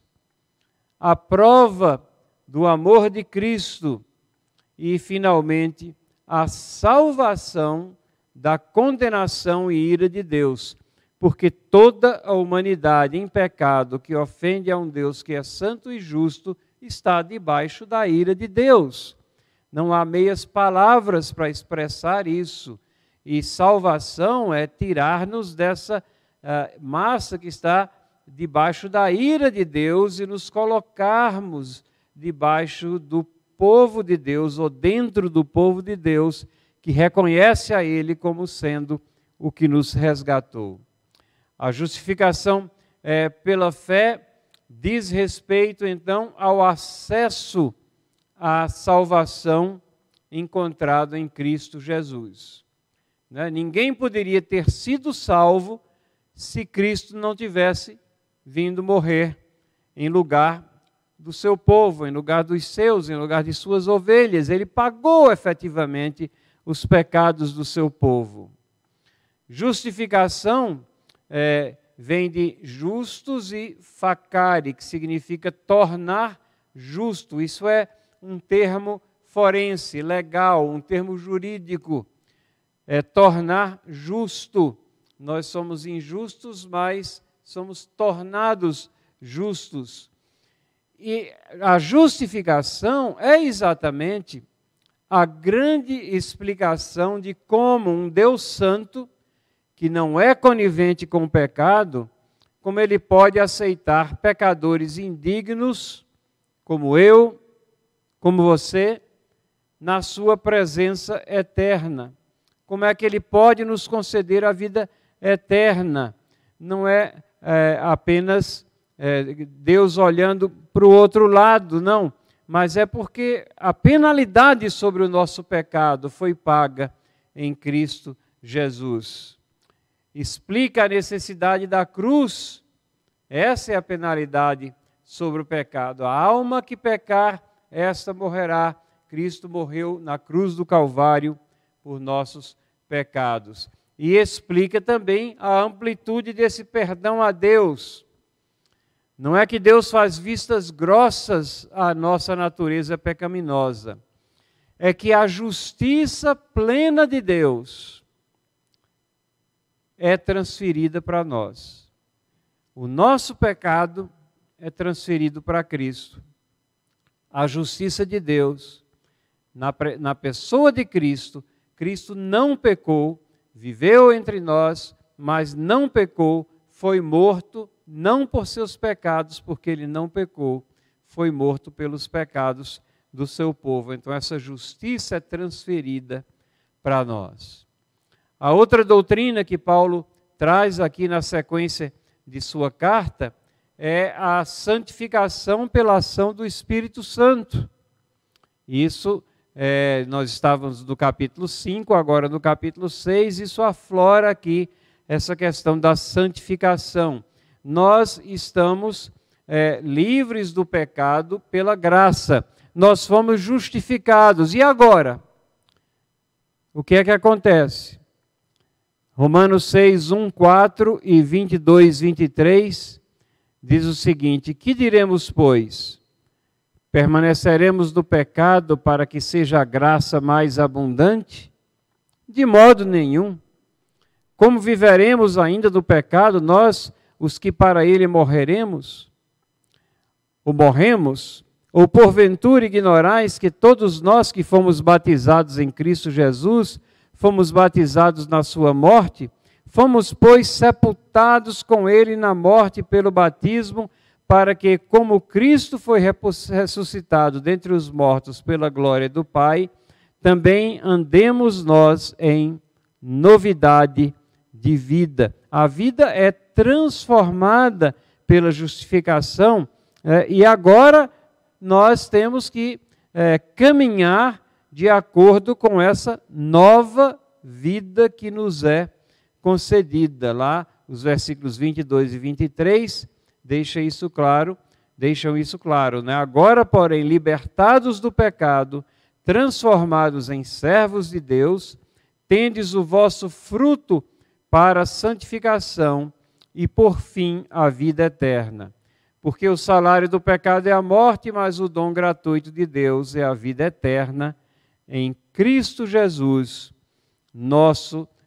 A: a prova do amor de Cristo e, finalmente, a salvação da condenação e ira de Deus, porque toda a humanidade em pecado que ofende a um Deus que é santo e justo está debaixo da ira de Deus. Não há meias palavras para expressar isso. E salvação é tirar-nos dessa uh, massa que está debaixo da ira de Deus e nos colocarmos debaixo do povo de Deus, ou dentro do povo de Deus, que reconhece a Ele como sendo o que nos resgatou. A justificação é, pela fé diz respeito, então, ao acesso à salvação encontrado em Cristo Jesus. Né? Ninguém poderia ter sido salvo se Cristo não tivesse vindo morrer em lugar do seu povo, em lugar dos seus, em lugar de suas ovelhas. Ele pagou efetivamente os pecados do seu povo. Justificação é, vem de justus e facare, que significa tornar justo. Isso é um termo forense, legal, um termo jurídico. É tornar justo. Nós somos injustos, mas somos tornados justos. E a justificação é exatamente a grande explicação de como um Deus santo, que não é conivente com o pecado, como ele pode aceitar pecadores indignos, como eu, como você, na sua presença eterna. Como é que ele pode nos conceder a vida eterna? Não é, é apenas é, Deus olhando para o outro lado, não. Mas é porque a penalidade sobre o nosso pecado foi paga em Cristo Jesus. Explica a necessidade da cruz. Essa é a penalidade sobre o pecado. A alma que pecar, esta morrerá. Cristo morreu na cruz do Calvário por nossos pecados. E explica também a amplitude desse perdão a Deus. Não é que Deus faz vistas grossas à nossa natureza pecaminosa. É que a justiça plena de Deus é transferida para nós. O nosso pecado é transferido para Cristo. A justiça de Deus, na, na pessoa de Cristo, Cristo não pecou, viveu entre nós, mas não pecou, foi morto, não por seus pecados, porque ele não pecou, foi morto pelos pecados do seu povo. Então essa justiça é transferida para nós. A outra doutrina que Paulo traz aqui na sequência de sua carta é a santificação pela ação do Espírito Santo. Isso, é, nós estávamos no capítulo cinco, agora no capítulo seis, isso aflora aqui essa questão da santificação. Nós estamos é, livres do pecado pela graça. Nós fomos justificados. E agora? O que é que acontece? Romanos seis, um, quatro e vinte e dois, vinte e três diz o seguinte: que diremos, pois? Permaneceremos do pecado para que seja a graça mais abundante? De modo nenhum. Como viveremos ainda do pecado, nós, os que para ele morreremos? Ou morremos? Ou porventura ignorais que todos nós que fomos batizados em Cristo Jesus, fomos batizados na sua morte? Fomos, pois, sepultados com ele na morte pelo batismo, para que, como Cristo foi ressuscitado dentre os mortos pela glória do Pai, também andemos nós em novidade de vida. A vida é transformada pela justificação, é, e agora nós temos que é, caminhar de acordo com essa nova vida que nos é concedida. Lá, os versículos vinte e dois e vinte e três deixa isso claro, deixam isso claro, né? Agora, porém, libertados do pecado, transformados em servos de Deus, tendes o vosso fruto para a santificação e, por fim, a vida eterna. Porque o salário do pecado é a morte, mas o dom gratuito de Deus é a vida eterna em Cristo Jesus, nosso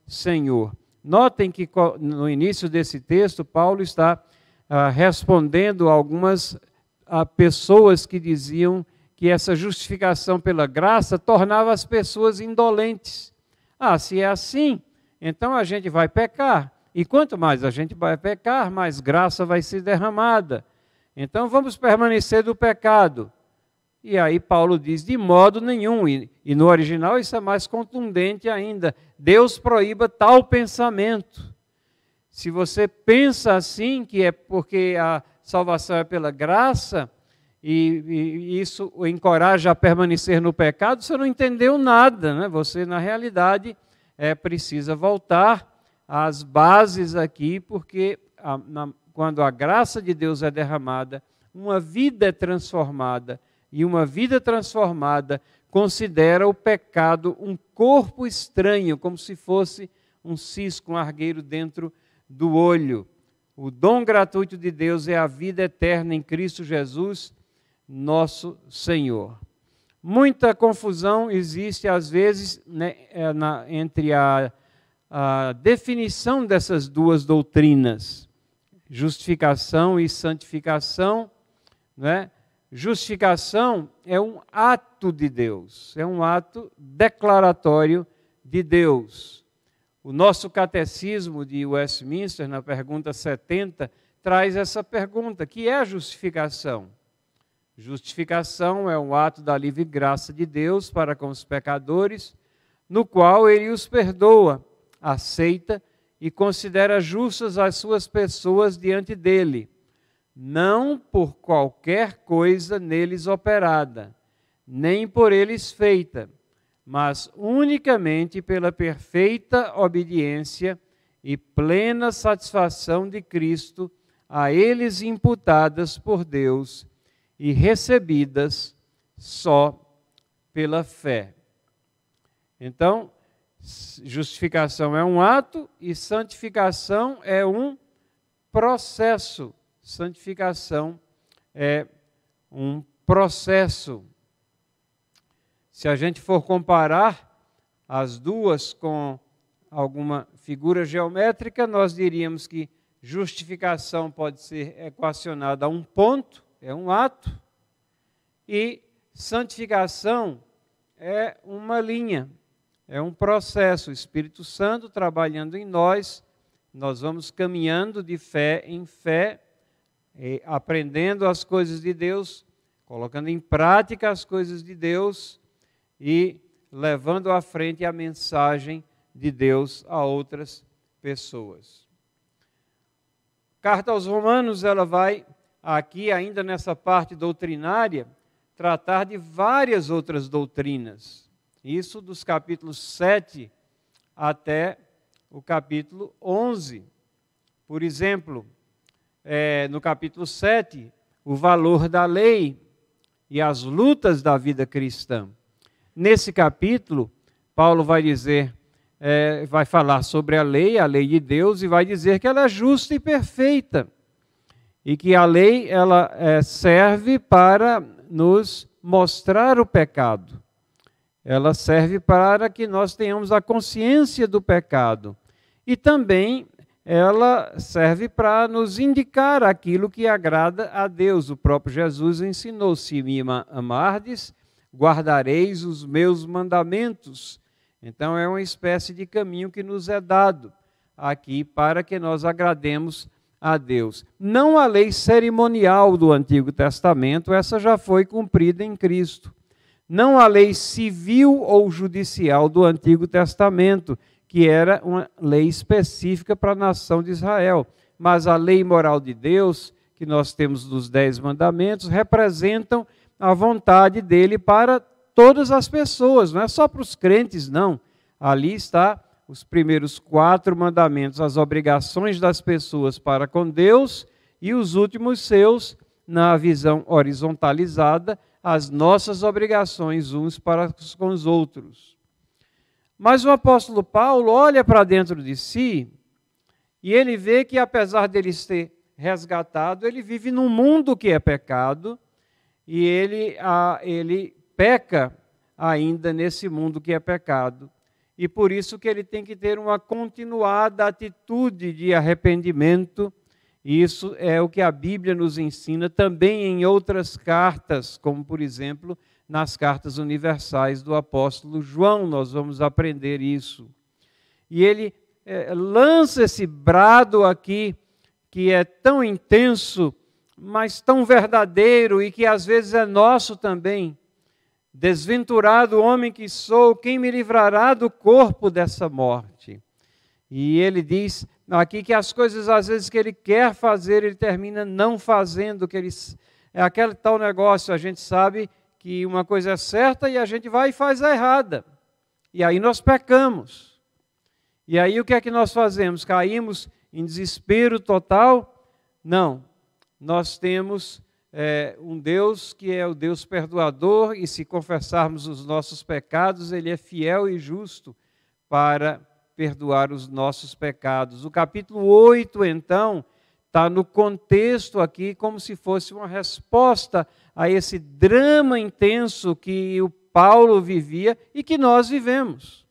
A: Senhor. Notem que no início desse texto, Paulo está ah, respondendo a algumas ah, pessoas que diziam que essa justificação pela graça tornava as pessoas indolentes. Ah, se é assim, então a gente vai pecar. E quanto mais a gente vai pecar, mais graça vai ser derramada. Então vamos permanecer do pecado. E aí Paulo diz, de modo nenhum, e, e no original isso é mais contundente ainda, Deus proíba tal pensamento. Se você pensa assim, que é porque a salvação é pela graça, e, e isso o encoraja a permanecer no pecado, você não entendeu nada, né? Você, na realidade, é, precisa voltar às bases aqui, porque a, na, quando a graça de Deus é derramada, uma vida é transformada, e uma vida transformada considera o pecado um corpo estranho, como se fosse um cisco, um argueiro dentro do olho. O dom gratuito de Deus é a vida eterna em Cristo Jesus, nosso Senhor. Muita confusão existe, às vezes, né, na, entre a, a definição dessas duas doutrinas, justificação e santificação, né? Justificação é um ato de Deus, é um ato declaratório de Deus. O nosso catecismo de Westminster, na pergunta setenta, traz essa pergunta, que é a justificação? Justificação é um ato da livre graça de Deus para com os pecadores, no qual Ele os perdoa, aceita e considera justas as suas pessoas diante dEle, não por qualquer coisa neles operada, nem por eles feita, mas unicamente pela perfeita obediência e plena satisfação de Cristo a eles imputadas por Deus e recebidas só pela fé. Então, justificação é um ato e santificação é um processo. Santificação é um processo. Se a gente for comparar as duas com alguma figura geométrica, nós diríamos que justificação pode ser equacionada a um ponto, é um ato, e santificação é uma linha, é um processo. O Espírito Santo trabalhando em nós, nós vamos caminhando de fé em fé, aprendendo as coisas de Deus, colocando em prática as coisas de Deus e levando à frente a mensagem de Deus a outras pessoas. Carta aos Romanos, ela vai aqui, ainda nessa parte doutrinária, tratar de várias outras doutrinas. Isso dos capítulos sete até o capítulo onze. Por exemplo, É, no capítulo sete, o valor da lei e as lutas da vida cristã. Nesse capítulo, Paulo vai dizer, é, vai falar sobre a lei, a lei de Deus, e vai dizer que ela é justa e perfeita. E que a lei ela é, serve para nos mostrar o pecado. Ela serve para que nós tenhamos a consciência do pecado. E também ela serve para nos indicar aquilo que agrada a Deus. O próprio Jesus ensinou, se me amardes, guardareis os meus mandamentos. Então é uma espécie de caminho que nos é dado aqui para que nós agrademos a Deus. Não a lei cerimonial do Antigo Testamento, essa já foi cumprida em Cristo. Não a lei civil ou judicial do Antigo Testamento, que era uma lei específica para a nação de Israel. Mas a lei moral de Deus, que nós temos dos Dez Mandamentos, representam a vontade dele para todas as pessoas, não é só para os crentes, não. Ali está os primeiros quatro mandamentos, as obrigações das pessoas para com Deus, e os últimos seus, na visão horizontalizada, as nossas obrigações uns para com os outros. Mas o apóstolo Paulo olha para dentro de si e ele vê que, apesar dele ser resgatado, ele vive num mundo que é pecado e ele, a, ele peca ainda nesse mundo que é pecado. e por isso que ele tem que ter uma continuada atitude de arrependimento. Isso é o que a Bíblia nos ensina também em outras cartas, como por exemplo, nas cartas universais do apóstolo João, nós vamos aprender isso. E ele é, lança esse brado aqui, que é tão intenso, mas tão verdadeiro e que às vezes é nosso também. Desventurado homem que sou, quem me livrará do corpo dessa morte? E ele diz aqui que as coisas às vezes que ele quer fazer, ele termina não fazendo, que ele, é aquele tal negócio, a gente sabe que uma coisa é certa e a gente vai e faz a errada. E aí nós pecamos. E aí o que é que nós fazemos? Caímos em desespero total? Não. Nós temos é, um Deus que é o Deus perdoador, e se confessarmos os nossos pecados, Ele é fiel e justo para perdoar os nossos pecados. O capítulo oito, então, está no contexto aqui como se fosse uma resposta a esse drama intenso que o Paulo vivia e que nós vivemos.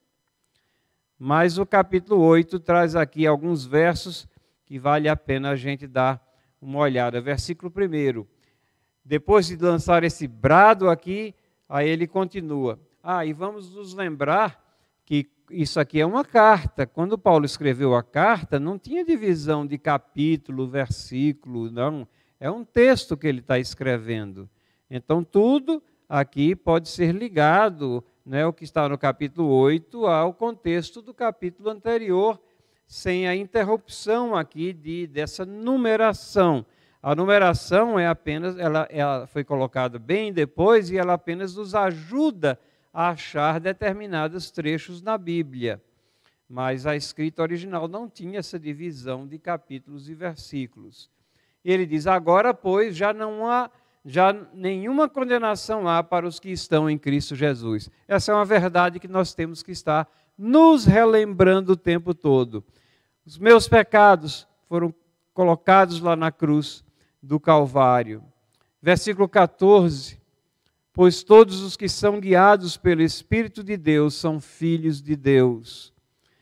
A: Mas o capítulo oito traz aqui alguns versos que vale a pena a gente dar uma olhada. Versículo primeiro. Depois de lançar esse brado aqui, aí ele continua. Ah, e vamos nos lembrar que isso aqui é uma carta. Quando Paulo escreveu a carta, não tinha divisão de capítulo, versículo, não. É um texto que ele está escrevendo. Então, tudo aqui pode ser ligado, né, o que está no capítulo oito ao contexto do capítulo anterior, sem a interrupção aqui de, dessa numeração. A numeração é apenas, ela, ela foi colocada bem depois e ela apenas nos ajuda a achar determinados trechos na Bíblia. Mas a escrita original não tinha essa divisão de capítulos e versículos. Ele diz, agora, pois, já não há, já nenhuma condenação há para os que estão em Cristo Jesus. Essa é uma verdade que nós temos que estar nos relembrando o tempo todo. Os meus pecados foram colocados lá na cruz do Calvário. Versículo quatorze. Pois todos os que são guiados pelo Espírito de Deus são filhos de Deus.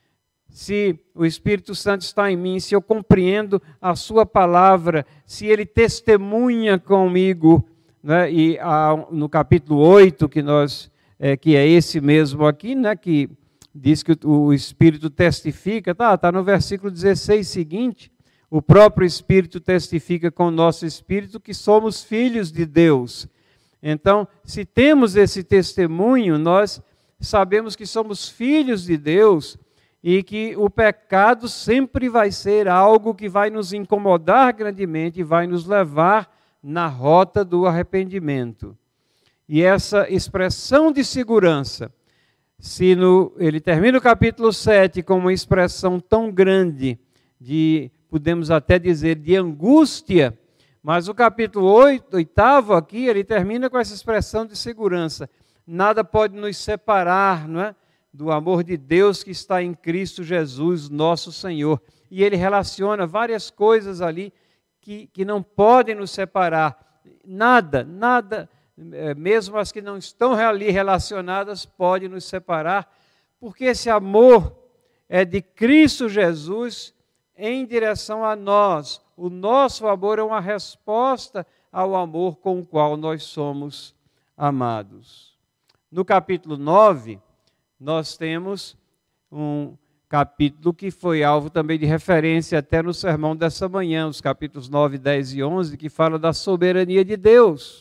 A: Se o Espírito Santo está em mim, se eu compreendo a sua palavra, se ele testemunha comigo, né, e há, no capítulo oito, que, nós, é, que é esse mesmo aqui, né, que diz que o, o Espírito testifica, está tá no versículo dezesseis seguinte, o próprio Espírito testifica com o nosso Espírito que somos filhos de Deus. Então, se temos esse testemunho, nós sabemos que somos filhos de Deus e que o pecado sempre vai ser algo que vai nos incomodar grandemente e vai nos levar na rota do arrependimento. E essa expressão de segurança, se no, ele termina o capítulo sete com uma expressão tão grande, de, podemos até dizer, de angústia, mas o capítulo oito, oitavo aqui, ele termina com essa expressão de segurança. Nada pode nos separar, não é, do amor de Deus que está em Cristo Jesus, nosso Senhor. E ele relaciona várias coisas ali que, que não podem nos separar. Nada, nada, mesmo as que não estão ali relacionadas, pode nos separar, porque esse amor é de Cristo Jesus em direção a nós. O nosso amor é uma resposta ao amor com o qual nós somos amados. No capítulo nove, nós temos um capítulo que foi alvo também de referência até no sermão dessa manhã, os capítulos nove, dez e onze, que fala da soberania de Deus.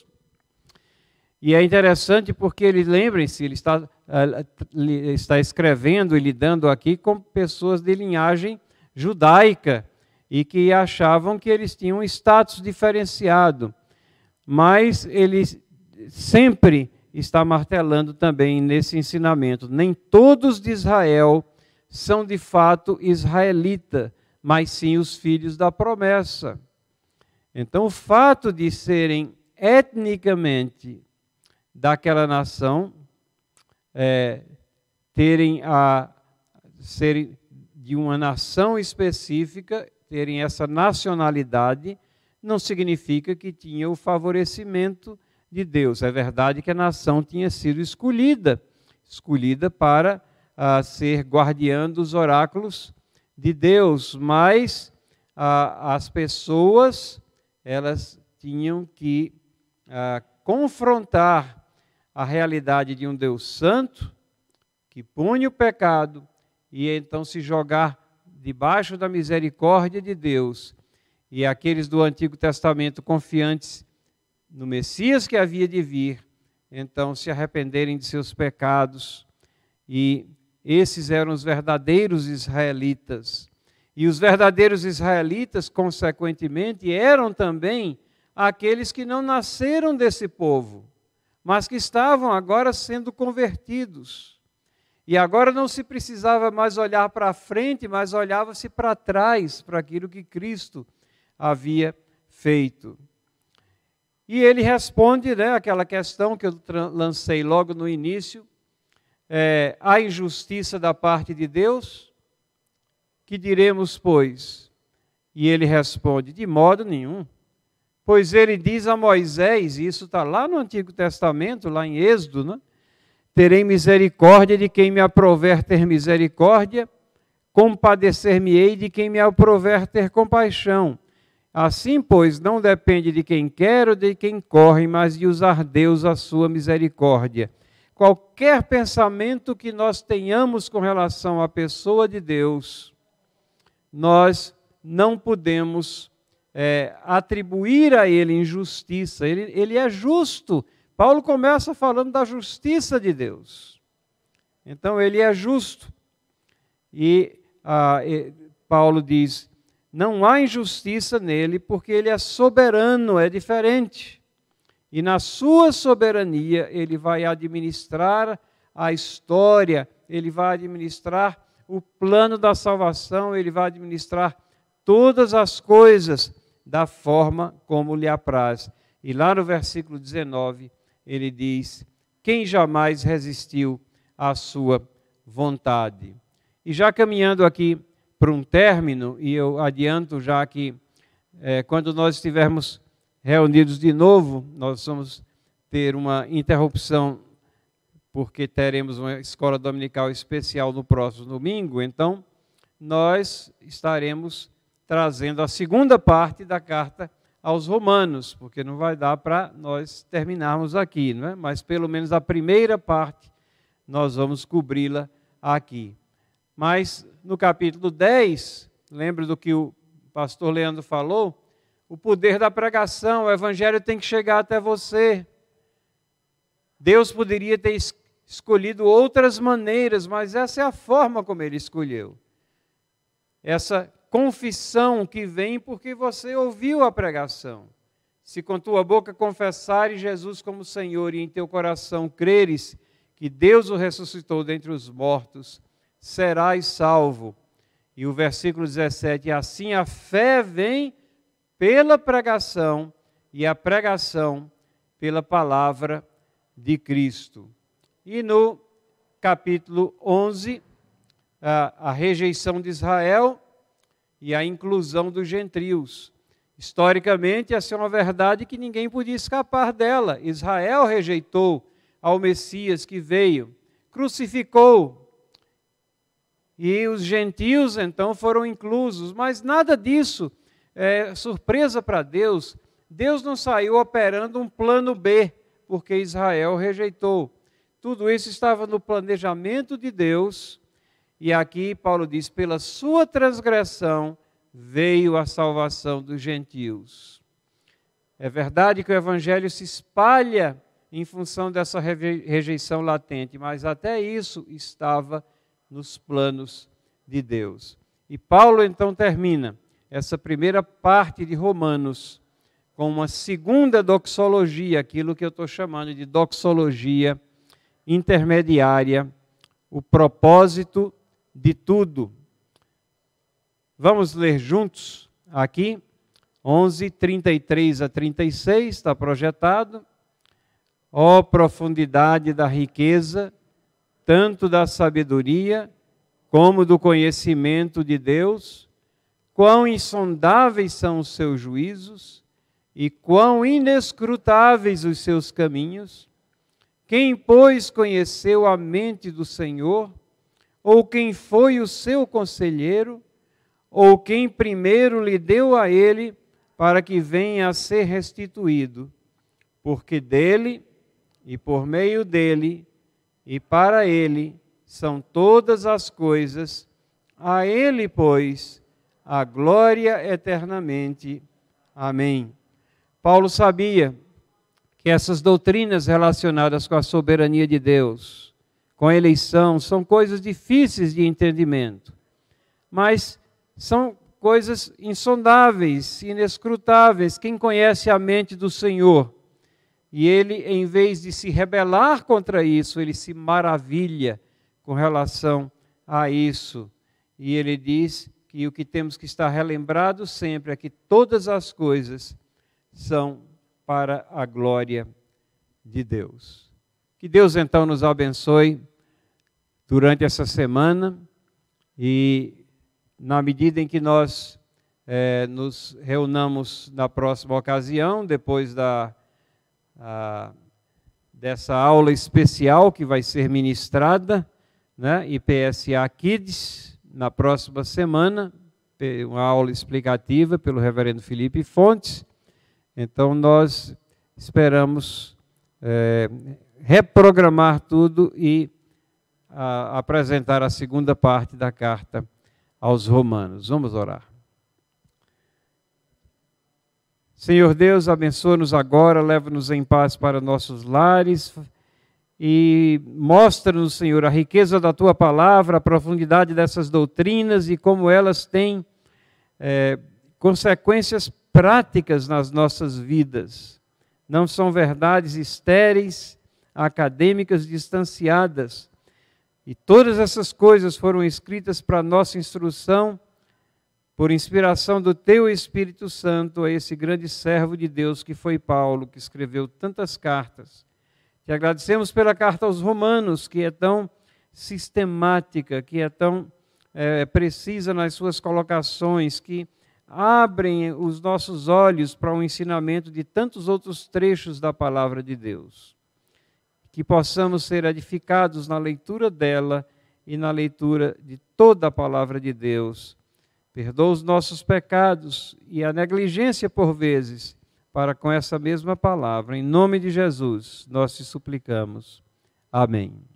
A: E é interessante porque ele, lembrem-se, ele está, ele está escrevendo e lidando aqui com pessoas de linhagem judaica e que achavam que eles tinham um status diferenciado. Mas ele sempre está martelando também nesse ensinamento. Nem todos de Israel são de fato israelitas, mas sim os filhos da promessa. Então, o fato de serem etnicamente daquela nação, é, terem a serem de uma nação específica, terem essa nacionalidade, não significa que tinha o favorecimento de Deus. É verdade que a nação tinha sido escolhida, escolhida para a ser guardiã dos oráculos de Deus, mas a, as pessoas, elas tinham que a, confrontar a realidade de um Deus santo, que pune o pecado, e então se jogar debaixo da misericórdia de Deus. E aqueles do Antigo Testamento confiantes no Messias que havia de vir, então se arrependerem de seus pecados. E esses eram os verdadeiros israelitas. E os verdadeiros israelitas, consequentemente, eram também aqueles que não nasceram desse povo, mas que estavam agora sendo convertidos. E agora não se precisava mais olhar para frente, mas olhava-se para trás, para aquilo que Cristo havia feito. E ele responde, né, aquela questão que eu lancei logo no início, é, a injustiça da parte de Deus, que diremos, pois? E ele responde, de modo nenhum. Pois ele diz a Moisés, e isso está lá no Antigo Testamento, lá em Êxodo, né? Terei misericórdia de quem me aprover ter misericórdia, compadecer-me-ei de quem me aprover ter compaixão. Assim, pois, não depende de quem quer ou de quem corre, mas de usar Deus a sua misericórdia. Qualquer pensamento que nós tenhamos com relação à pessoa de Deus, nós não podemos é, atribuir a Ele injustiça. Ele, ele é justo. Paulo começa falando da justiça de Deus. Então, Ele é justo. E, ah, e Paulo diz, não há injustiça nele, porque Ele é soberano, é diferente. E na sua soberania, Ele vai administrar a história, Ele vai administrar o plano da salvação, Ele vai administrar todas as coisas da forma como lhe apraz. E lá no versículo dezenove, ele diz, quem jamais resistiu à sua vontade? E já caminhando aqui para um término, e eu adianto já que é, quando nós estivermos reunidos de novo, nós vamos ter uma interrupção, porque teremos uma escola dominical especial no próximo domingo, então nós estaremos trazendo a segunda parte da carta aos Romanos, porque não vai dar para nós terminarmos aqui, não é? Mas pelo menos a primeira parte nós vamos cobri-la aqui. Mas no capítulo dez, lembra do que o pastor Leandro falou? O poder da pregação, o evangelho tem que chegar até você. Deus poderia ter escolhido outras maneiras, mas essa é a forma como Ele escolheu. Essa confissão que vem porque você ouviu a pregação. Se com tua boca confessares Jesus como Senhor e em teu coração creres que Deus o ressuscitou dentre os mortos, serás salvo. E o versículo dezessete, assim a fé vem pela pregação e a pregação pela palavra de Cristo. E no capítulo onze, a, a rejeição de Israel e a inclusão dos gentios. Historicamente, essa é uma verdade que ninguém podia escapar dela. Israel rejeitou ao Messias que veio, crucificou, e os gentios então foram inclusos, mas nada disso é surpresa para Deus. Deus não saiu operando um plano B, porque Israel rejeitou. Tudo isso estava no planejamento de Deus, e aqui Paulo diz, pela sua transgressão veio a salvação dos gentios. É verdade que o evangelho se espalha em função dessa rejeição latente, mas até isso estava nos planos de Deus. E Paulo então termina essa primeira parte de Romanos com uma segunda doxologia, aquilo que eu estou chamando de doxologia intermediária, o propósito de tudo. Vamos ler juntos aqui, onze, trinta e três a trinta e seis, está projetado. Ó profundidade da riqueza, tanto da sabedoria como do conhecimento de Deus, quão insondáveis são os seus juízos e quão inescrutáveis os seus caminhos. Quem, pois, conheceu a mente do Senhor, Ou quem foi o seu conselheiro? Ou quem primeiro lhe deu a ele para que venha a ser restituído? Porque dele, e por meio dele, e para ele, são todas as coisas. A ele, pois, a glória eternamente. Amém. Paulo sabia que essas doutrinas relacionadas com a soberania de Deus, com a eleição, são coisas difíceis de entendimento, mas são coisas insondáveis, inescrutáveis. Quem conhece a mente do Senhor? E ele, em vez de se rebelar contra isso, ele se maravilha com relação a isso. E ele diz que o que temos que estar relembrados sempre é que todas as coisas são para a glória de Deus. Que Deus então nos abençoe durante essa semana e na medida em que nós é, nos reunamos na próxima ocasião, depois da, a, dessa aula especial que vai ser ministrada, né, I P S A Kids, na próxima semana, uma aula explicativa pelo reverendo Felipe Fontes. Então nós esperamos é, reprogramar tudo e a, apresentar a segunda parte da carta aos Romanos. Vamos orar. Senhor Deus, abençoa-nos agora, leva-nos em paz para nossos lares e mostra-nos, Senhor, a riqueza da Tua palavra, a profundidade dessas doutrinas e como elas têm é, consequências práticas nas nossas vidas. Não são verdades estéreis, acadêmicas distanciadas. E todas essas coisas foram escritas para nossa instrução, por inspiração do Teu Espírito Santo, a esse grande servo de Deus que foi Paulo, que escreveu tantas cartas. Te agradecemos pela carta aos Romanos, que é tão sistemática, que é tão é, precisa nas suas colocações, que abrem os nossos olhos para o ensinamento de tantos outros trechos da palavra de Deus. Que possamos ser edificados na leitura dela e na leitura de toda a palavra de Deus. Perdoa os nossos pecados e a negligência por vezes, para com essa mesma palavra. Em nome de Jesus, nós te suplicamos. Amém.